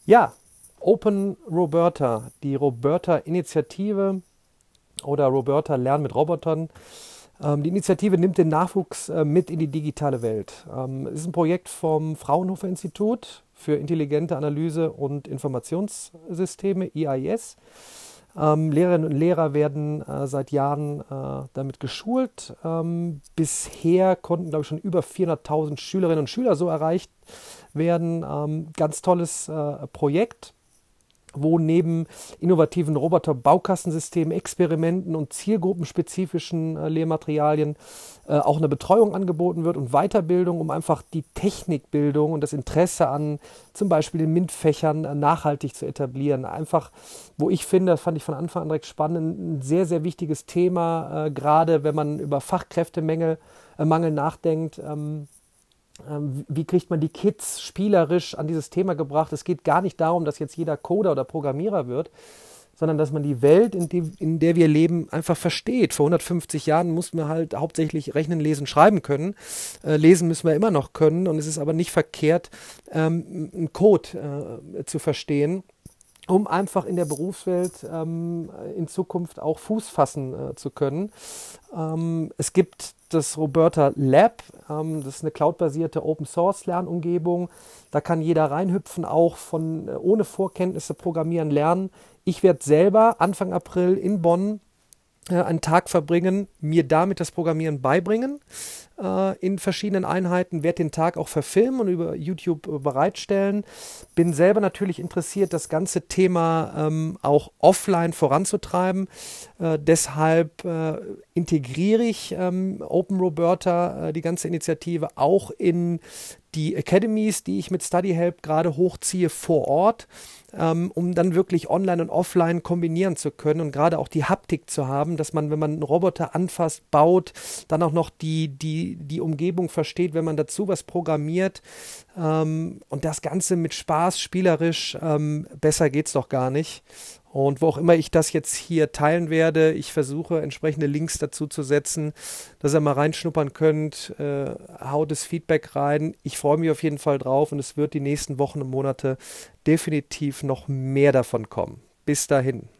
Ja, Open Roberta, die Roberta-Initiative oder Roberta Lernen mit Robotern. Die Initiative nimmt den Nachwuchs mit in die digitale Welt. Es ist ein Projekt vom Fraunhofer Institut für intelligente Analyse und Informationssysteme, IAIS. Lehrerinnen und Lehrer werden seit Jahren damit geschult. Bisher konnten, glaube ich, schon über 400.000 Schülerinnen und Schüler so erreicht werden. Ganz tolles Projekt, wo neben innovativen Roboter-Baukastensystemen, Experimenten und zielgruppenspezifischen Lehrmaterialien auch eine Betreuung angeboten wird und Weiterbildung, um einfach die Technikbildung und das Interesse an zum Beispiel den MINT-Fächern nachhaltig zu etablieren. Einfach, wo ich finde, das fand ich von Anfang an direkt spannend, ein sehr, sehr wichtiges Thema, gerade wenn man über Fachkräftemangel nachdenkt. Wie kriegt man die Kids spielerisch an dieses Thema gebracht? Es geht gar nicht darum, dass jetzt jeder Coder oder Programmierer wird, sondern dass man die Welt, in der wir leben, einfach versteht. Vor 150 Jahren mussten wir halt hauptsächlich rechnen, lesen, schreiben können. Lesen müssen wir immer noch können, und es ist aber nicht verkehrt, einen Code zu verstehen, um einfach in der Berufswelt in Zukunft auch Fuß fassen zu können. Es gibt das Roberta Lab, das ist eine cloudbasierte Open-Source-Lernumgebung. Da kann jeder reinhüpfen, auch ohne Vorkenntnisse programmieren lernen. Ich werde selber Anfang April in Bonn einen Tag verbringen, mir damit das Programmieren beibringen in verschiedenen Einheiten, werde den Tag auch verfilmen und über YouTube bereitstellen. Bin selber natürlich interessiert, das ganze Thema auch offline voranzutreiben. Deshalb integriere ich Open Roberta, die ganze Initiative, auch in die Academies, die ich mit StudyHelp gerade hochziehe vor Ort, um dann wirklich online und offline kombinieren zu können und gerade auch die Haptik zu haben, dass man, wenn man einen Roboter anfasst, baut, dann auch noch die Umgebung versteht, wenn man dazu was programmiert, und das Ganze mit Spaß, spielerisch, besser geht's doch gar nicht. Und wo auch immer ich das jetzt hier teilen werde, ich versuche entsprechende Links dazu zu setzen, dass ihr mal reinschnuppern könnt, haut das Feedback rein. Ich freue mich auf jeden Fall drauf, und es wird die nächsten Wochen und Monate definitiv noch mehr davon kommen. Bis dahin.